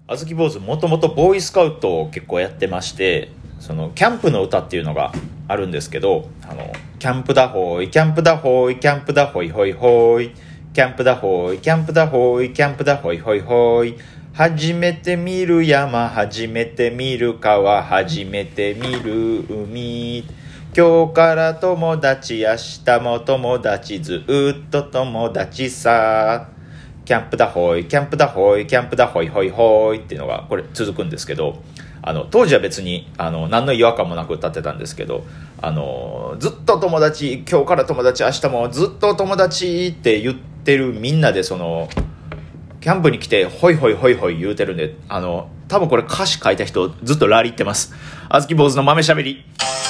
あずき坊主もともとボーイスカウトを結構やってまして、そのキャンプの歌っていうのがあるんですけど、キャンプだほいキャンプだほいキャンプだほいほいほいキャンプだほいキャンプだほいキャンプだほいほいほい、初めて見る山初めて見る川初めて見る海、今日から友達明日も友達ずっと友達さ、キャンプだほいキャンプだほいキャンプだほいほいほいっていうのがこれ続くんですけど、当時は別に何の違和感もなく歌ってたんですけど、ずっと友達今日から友達明日もずっと友達って言ってるみんなでそのキャンプに来てホイホイホイホイ言うてるんで、多分これ歌詞書いた人ずっとラリってます。あずき坊主の豆しゃべり。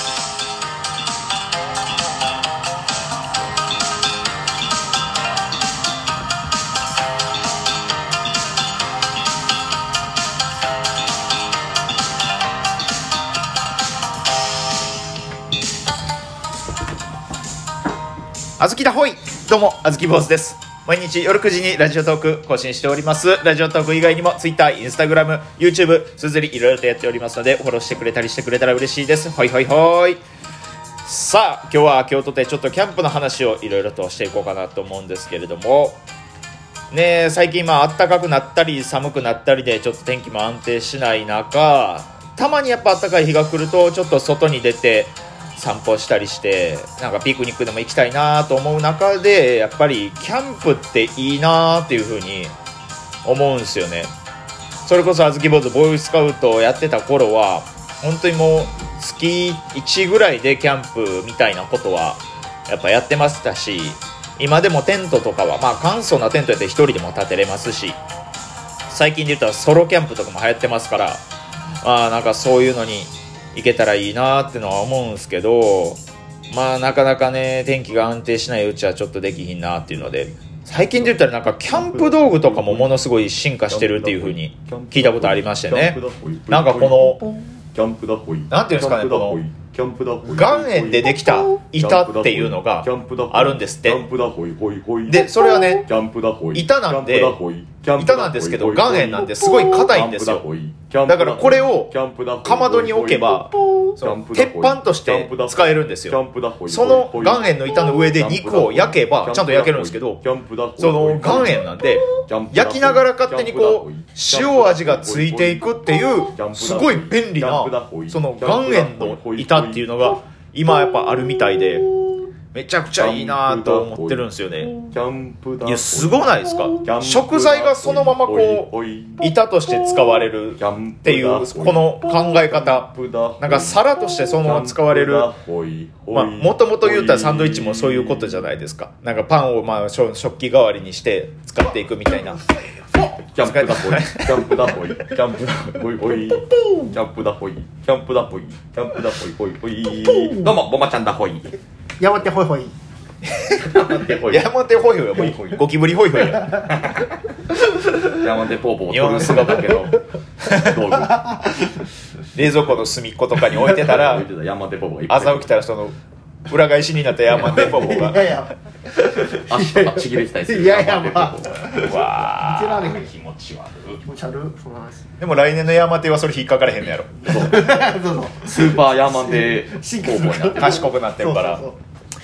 あずきだほい、どうもあずき坊主です。毎日夜9時にラジオトーク更新しております。ラジオトーク以外にも Twitter、Instagram、YouTube、すずりいろいろとやっておりますので、フォローしてくれたりしてくれたら嬉しいです。ほいほいほい。さあ今日は今日とてちょっとキャンプの話をいろいろとしていこうかなと思うんですけれどもね、最近暖かくなったり寒くなったりでちょっと天気も安定しない中、たまにやっぱ暖かい日が来るとちょっと外に出て散歩したりして、なんかピクニックでも行きたいなと思う中で、やっぱりキャンプっていいなっていう風に思うんですよね。それこそあずき坊主ボーイスカウトをやってた頃は本当にもう月1ぐらいでキャンプみたいなことはやっぱやってましたし、今でもテントとかは簡素なテントやって一人でも立てれますし、最近で言ったらソロキャンプとかも流行ってますから、なんかそういうのに行けたらいいなってのは思うんですけど、なかなかね天気が安定しないうちはちょっとできひんなっていうので、最近で言ったらなんかキャンプ道具とかもものすごい進化してるっていう風に聞いたことありましてね。なんかこのキャンプだほいなんていうんですかね、この岩塩でできた板っていうのがあるんですって。でそれはね板なんですけど岩塩なんですごい硬いんですよ。だからこれをかまどに置けばその鉄板として使えるんですよ。その岩塩の板の上で肉を焼けばちゃんと焼けるんですけど、その岩塩なんで焼きながら勝手にこう塩味がついていくっていうすごい便利なその岩塩の板っていうのが今やっぱあるみたいで、めちゃくちゃいいなと思ってるんですよね。いやすごないですか。食材がそのままこう板として使われるっていうこの考え方、なんか皿としてそのまま使われる。もともと言うたらサンドイッチもそういうことじゃないですか。なんかパンを食器代わりにして使っていくみたいな。 キャンプだほいキャンプだほいキャンプだほいほいキャンプだほいキャンプだほいキャンプだほいほいほい。どうもボマちゃんだほい山手ホイホイ山手ホイホイゴキブリホイホイや山手ポーポー日本姿だけど冷蔵庫の隅っことかに置いてたら朝起きたらその裏返しになったヤーマンデポポが足とかちぎれてたりする。 いやいやわー気持ち悪い気持ち悪いその話。 でも来年のヤーマンデはそれ引っかかれへんのやろ。 そうスーパーヤーマンデ進化工房になって賢くなってるからそう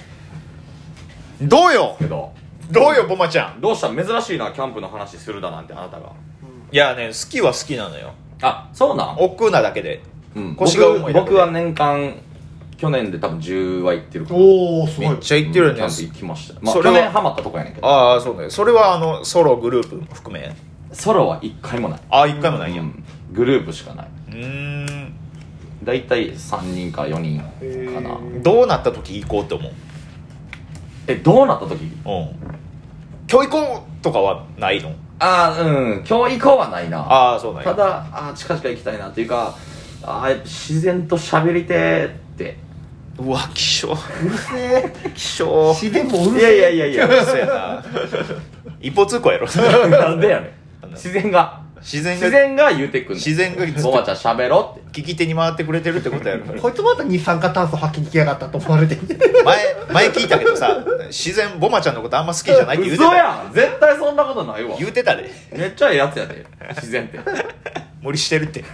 どうよけど、 どうよボマちゃん。 どうした珍しいなキャンプの話するだなんてあなたが。 いやね好きは好きなのよ。 あ、そうなん。 億劫なだけで、腰が重いだけで。 僕は年間去年で多分10は行ってるから。 おおすごい。 めっちゃ行ってるよね。 キャンプ行きました。 それは去年ハマったとこやねんけど。 ああそうね。それはソログループも含め。 ソロは1回もない。 ああ1回もないんや。 グループしかない。だいたい3人か4人かな。 どうなった時行こうって思う。 どうなった時？ 今日行こうとかはないの？ 今日行こうはないな。 ああそうなんや。 ただ近々行きたいなっていうか、やっぱ自然と喋りてって。 うわ希少うるせえ希少。 自然もうるせえ。 いやうるせえな。一方通行やろ。 なんでやねん。自然が言うてくんねん。 自然がずっボマちゃん喋ろって聞き手に回ってくれてるってことやろ。 こいつまた二酸化炭素吐きに来やがったと思われて前聞いたけどさ、自然ボマちゃんのことあんま好きじゃないって言うてた。 嘘やん、絶対そんなことないわ。 言うてたで。 めっちゃええやつやで自然って無理してるって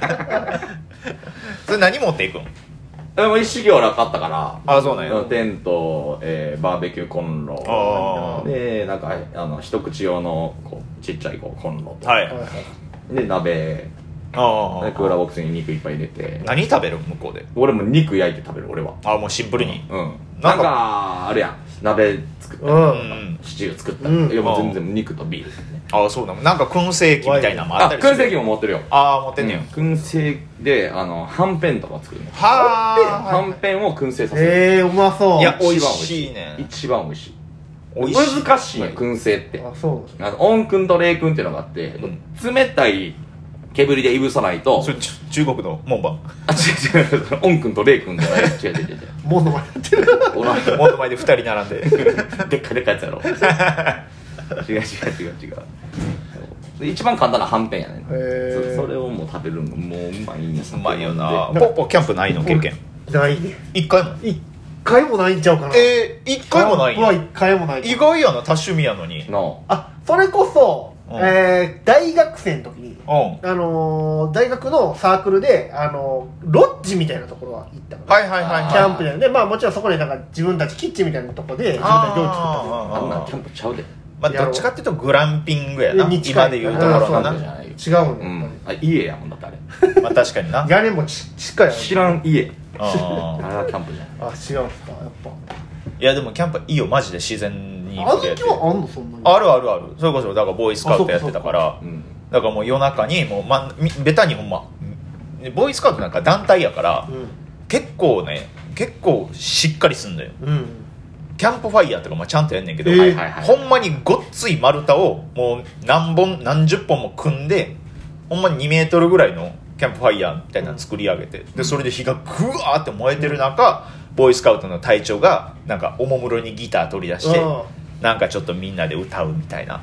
それ何持っていくん？ でも一式俺は買ったからあ、そうなんや。 テント、バーベキューコンロあでなんか一口用のこうちっちゃいこうコンロと、 はいで鍋あでクーラーボックスに肉いっぱい入れて何食べる向こうで？ 俺も肉焼いて食べる俺はあ、もうシンプルに。 うんなかなんんかあるやん鍋作ったり、 うんうんシチュー作ったうんり、いやもう全然肉とビール、 あ、そうなの。なんか燻製機みたいなのもあったりする。 燻製機も持ってるよああ、持ってんねん。 燻製ではんぺんとか作るのはんぺんを燻製させるうまそう。 いや美味しいね一番美味しい美味しい。 難しいね燻製ってあ、そうなんですね。 温燻と冷燻っていうのがあって、冷たい煙でいぶさないとそれ中国の門番。 あ違う温燻と冷燻じゃない違う違うものまねやってる。 おらん門の前で2人並んででっかいでっかいやつやろ違うで一番簡単なはんぺんやねんへーそれをもう食べるのもううまいんですうまいよな。ポッポキャンプないの経験？ ないね。 一回も。 一回もないんちゃうかな。 一回もないんや。 は一回もない。 意外やな、多趣味やのに。 のあ、それこそ、 うん大学生の時に、 うん。 大学のサークルで、ロッジみたいなところは行ったの。 はいはいはいはい。 キャンプで。で、まあもちろんそこでなんか自分たちキッチンみたいなとこで、自分たち料理作ったり。 ああんなんキャンプちゃうでまあどっちかっていうとグランピングやな。 に近い今で言うところのなあそう。 じゃないよ違うのよ、 うんやっあ家やもんだってあれまあ確かにな。 屋根もしっかりある。 知らん家ああれはキャンプじゃないあ、違うんすか、やっぱ。 いやでもキャンプいいよ、マジで自然にあずきはあんの、そんなに。 あるあるある。それこそだからボーイスカウトやってたからうんだからもう夜中にもう、ベタにほんまボーイスカウトなんか団体やから結構しっかりすんだよ。 うん。 キャンプファイヤーとかもちゃんとやんねんけど、 はいはいはいほんまにごっつい丸太をもう何十本も組んでほんまに2メートルぐらいのキャンプファイヤーみたいなの作り上げて、でそれで火がグワーって燃えてる中、ボーイスカウトの隊長がなんかおもむろにギター取り出してなんかちょっとみんなで歌うみたいな。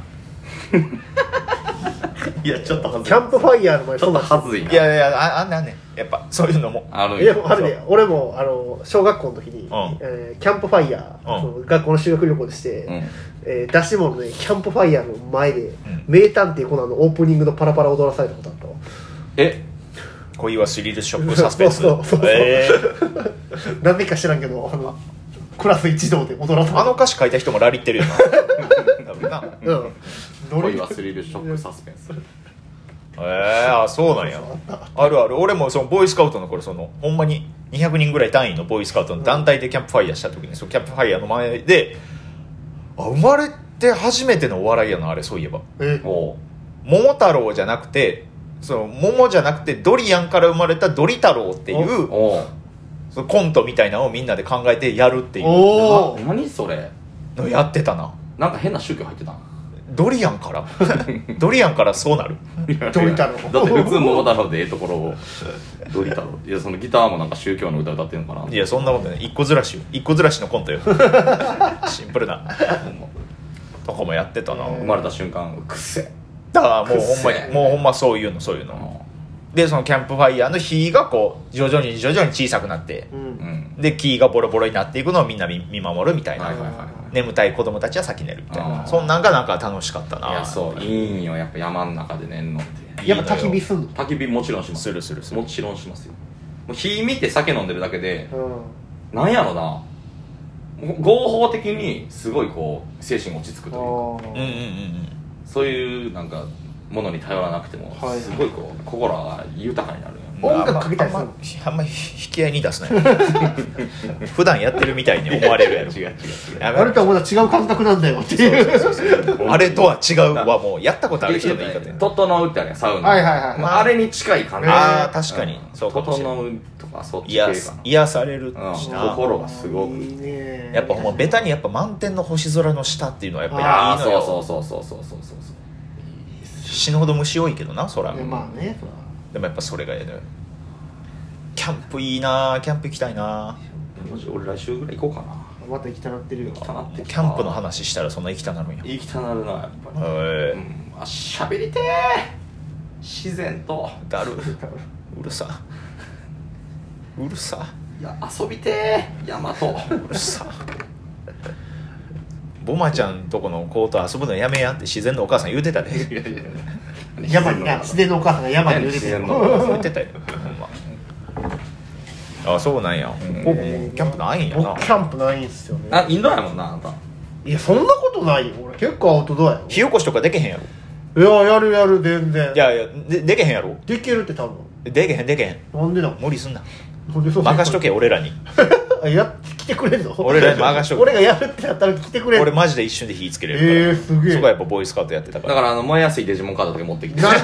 いやちょっとはずいキャンプファイヤーの前ちょっとはずいないやいやあんなんねんやっぱそういうのもあるでもあれね、俺も小学校の時に、 んキャンプファイヤー、その学校の修学旅行でして、 うん出し物でキャンプファイヤーの前で、 ん名探偵コナンのオープニングのパラパラ踊らされたことあったわ。 え恋はスリルショックサスペンス。 そうなんでか知らんけど、クラス一同で踊らされた。 あの歌詞書いた人もラリってるよな。多分な。 うん。 恋はスリルショックサスペンスあそうなんや。あるある。俺もそのボーイスカウトの頃ほんまに200人ぐらい単位のボーイスカウトの団体でキャンプファイヤーした時にそのキャンプファイヤーの前で生まれて初めてのお笑いやなあれ。そういえばおう桃太郎じゃなくてその桃じゃなくてドリアンから生まれたドリ太郎っていうおうそのコントみたいなのをみんなで考えてやるっていうおー何それのやってたな。 なんか変な宗教入ってたドリアンからドリアンからそうなる。 ドリ太郎だって普通桃太郎でええところをドリ太郎いやそのギターもなんか宗教の歌歌ってんのかないやそんなことない。一個ずらしよ。一個ずらしのコントよ。シンプルなとこもやってたな。 生まれた瞬間くっせだからもうほんまくっせにもうほんまそういうのでそのキャンプファイヤーの火がこう徐々に小さくなってう。 うんんで木がボロボロになっていくのをみんな見守るみたいな、 はいはいはい眠たい子供たちは先寝るみたいあーな、そんなんがなんか楽しかったないやそういいんよやっぱ山の中で寝んのってやっぱ焚き火すんの。 焚き火もちろんしますするするするもちろんしますよもう火見て酒飲んでるだけでうん。 なんやろな合法的にすごいこう精神落ち着くというかうんうんうんそういうなんかものに頼らなくてもはいすごいこう心が豊かになるよね音楽かけたりするのあんま引き合いに出すね普段やってるみたいに思われるやろ。 違うやめろあれとはまだ違う感覚なんだよっていう。 あれとは違うはもうやったことある人の言い方や。 整うってあるやんサウナはいはいはいまああれに近い感じあー確かにそうかもしれない。 整うとかそっち系かな癒されるしうんな。 心がすごくいいね。 やっぱほんまベタにやっぱ満天の星空の下っていうのはやっぱりああいいのよ。 そう死ぬほど虫多いけどな空、 まあね、そらでもやっぱそれがええのよ。キャンプいいな。キャンプ行きたいな。 マジ俺来週ぐらい行こうかなまた行きたなってるよ。 行きたなってきたキャンプの話したらそんな行きたなるんや。 行きたなるなやっぱりへあ喋りてー自然とだるうるさうるさいや遊びてー山とうるさボマちゃんとこの子と遊ぶのやめやって自然のお母さん言うてたで。 山にな自然のお母さんが山に茹でてる言ってたよほんまあそうなんやここもキャンプないんやな僕キャンプないんすよねあインドやもんなあんたいやそんなことないよ俺結構アウトドアや火起こしとかできへんやろろいややる全然いやいやできへんやろできるって多分できへんなんでなの無理すんななんでそう任しとけ俺らに来てくれんの俺らに任しとけ俺がやるってなったら来てくれんの俺マジで一瞬で火つけれるからすげえそこはやっぱボーイスカウトやってたからだから燃えやすいデジモンカードだけ持ってきてなんで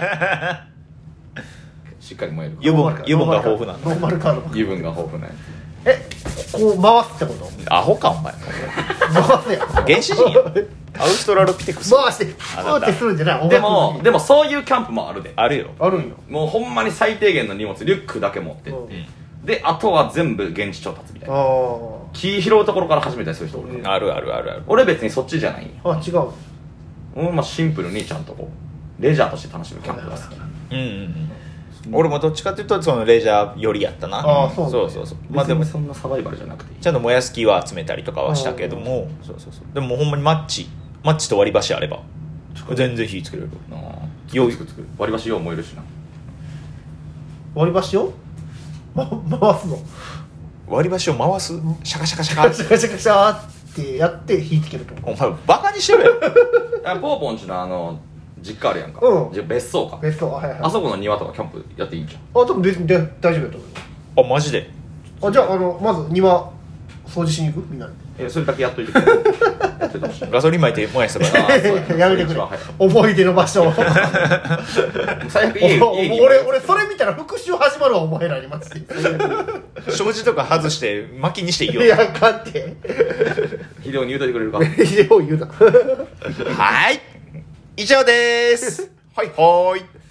しっかり燃える油分が豊富なんだノーマルカード油分が豊富なやこう回すってことアホかお前回すやん原始人やアウストラロピテクス回してプーってするんじゃないつでもそういうキャンプもあるであるよあるんよもうほんまに最低限の荷物リュックだけ持ってって、であとは全部現地調達みたいな木拾うところから始めたりする人おる、 ある俺別にそっちじゃないんよあ違うまあシンプルにちゃんとこうレジャーとして楽しむキャンプが好き俺もどっちかっていうとそのレジャー寄りやったなそうまあでもそんなサバイバルじゃなくていいちゃんと燃やす木は集めたりとかはしたけどもそうでもほんまにマッチと割り箸あれば全然火つけれる作る割り箸よう燃えるしな割り箸を回すの割り箸を回すシャカシャカシャカシャカシャカシャーってやって火つけるとお前バカにしてるやんポーポンちの実家あるやんか、別荘か別荘あそこの庭とかキャンプやっていいんじゃん多分別に大丈夫だと思うあマジでじゃあまず庭掃除しに行くみんなでそれだけやっといてくれやっててほしいガソリン巻いて燃やしたからやめてくれ思い出の場所最悪家に俺それ見たら復讐始まるわお前らにマジで障子とか外して薪にしていいよいやあかんって秀夫に言うといてくれるか秀夫言うなはい以上ですはい